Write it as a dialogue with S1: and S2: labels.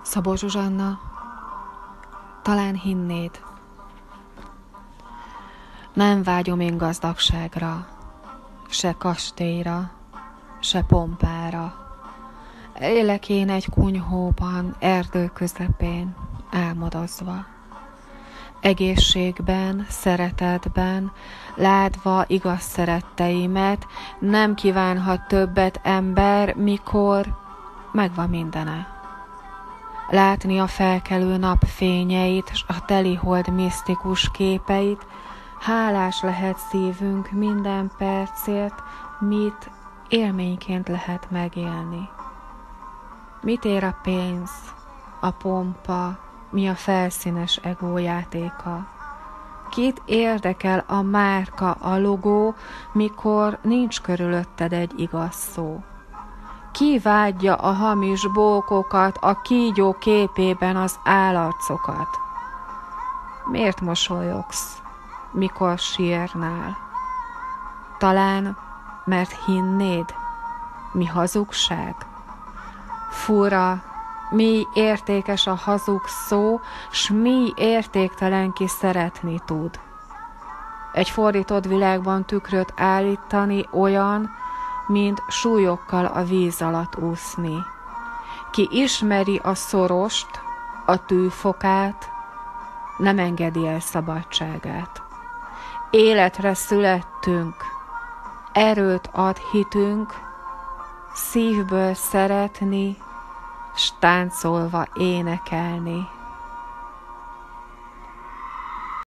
S1: Szabó Zsuzsanna, talán hinnéd. Nem vágyom én gazdagságra, se kastélyra, se pompára. Élek én egy kunyhóban, erdő közepén, álmodozva. Egészségben, szeretetben, látva igaz szeretteimet, nem kívánhat többet ember, mikor megvan mindene. Látni a felkelő nap fényeit, s a telihold misztikus képeit, hálás lehet szívünk minden percért, mit élményként lehet megélni. Mit ér a pénz, a pompa, mi a felszínes ego játéka? Kit érdekel a márka, a logó, mikor nincs körülötted egy igaz szó? Ki vágyja a hamis bókokat, a kígyó képében az állarcokat? Miért mosolyogsz, mikor sírnál? Talán, mert hinnéd, mi hazugság? Fura, mi értékes a hazug szó, s mi értéktelen ki szeretni tud. Egy fordított világban tükröt állítani olyan, mint súlyokkal a víz alatt úszni. Ki ismeri a szorost, a tűfokát, nem engedi el szabadságát. Életre születtünk, erőt ad hitünk, szívből szeretni, s táncolva énekelni.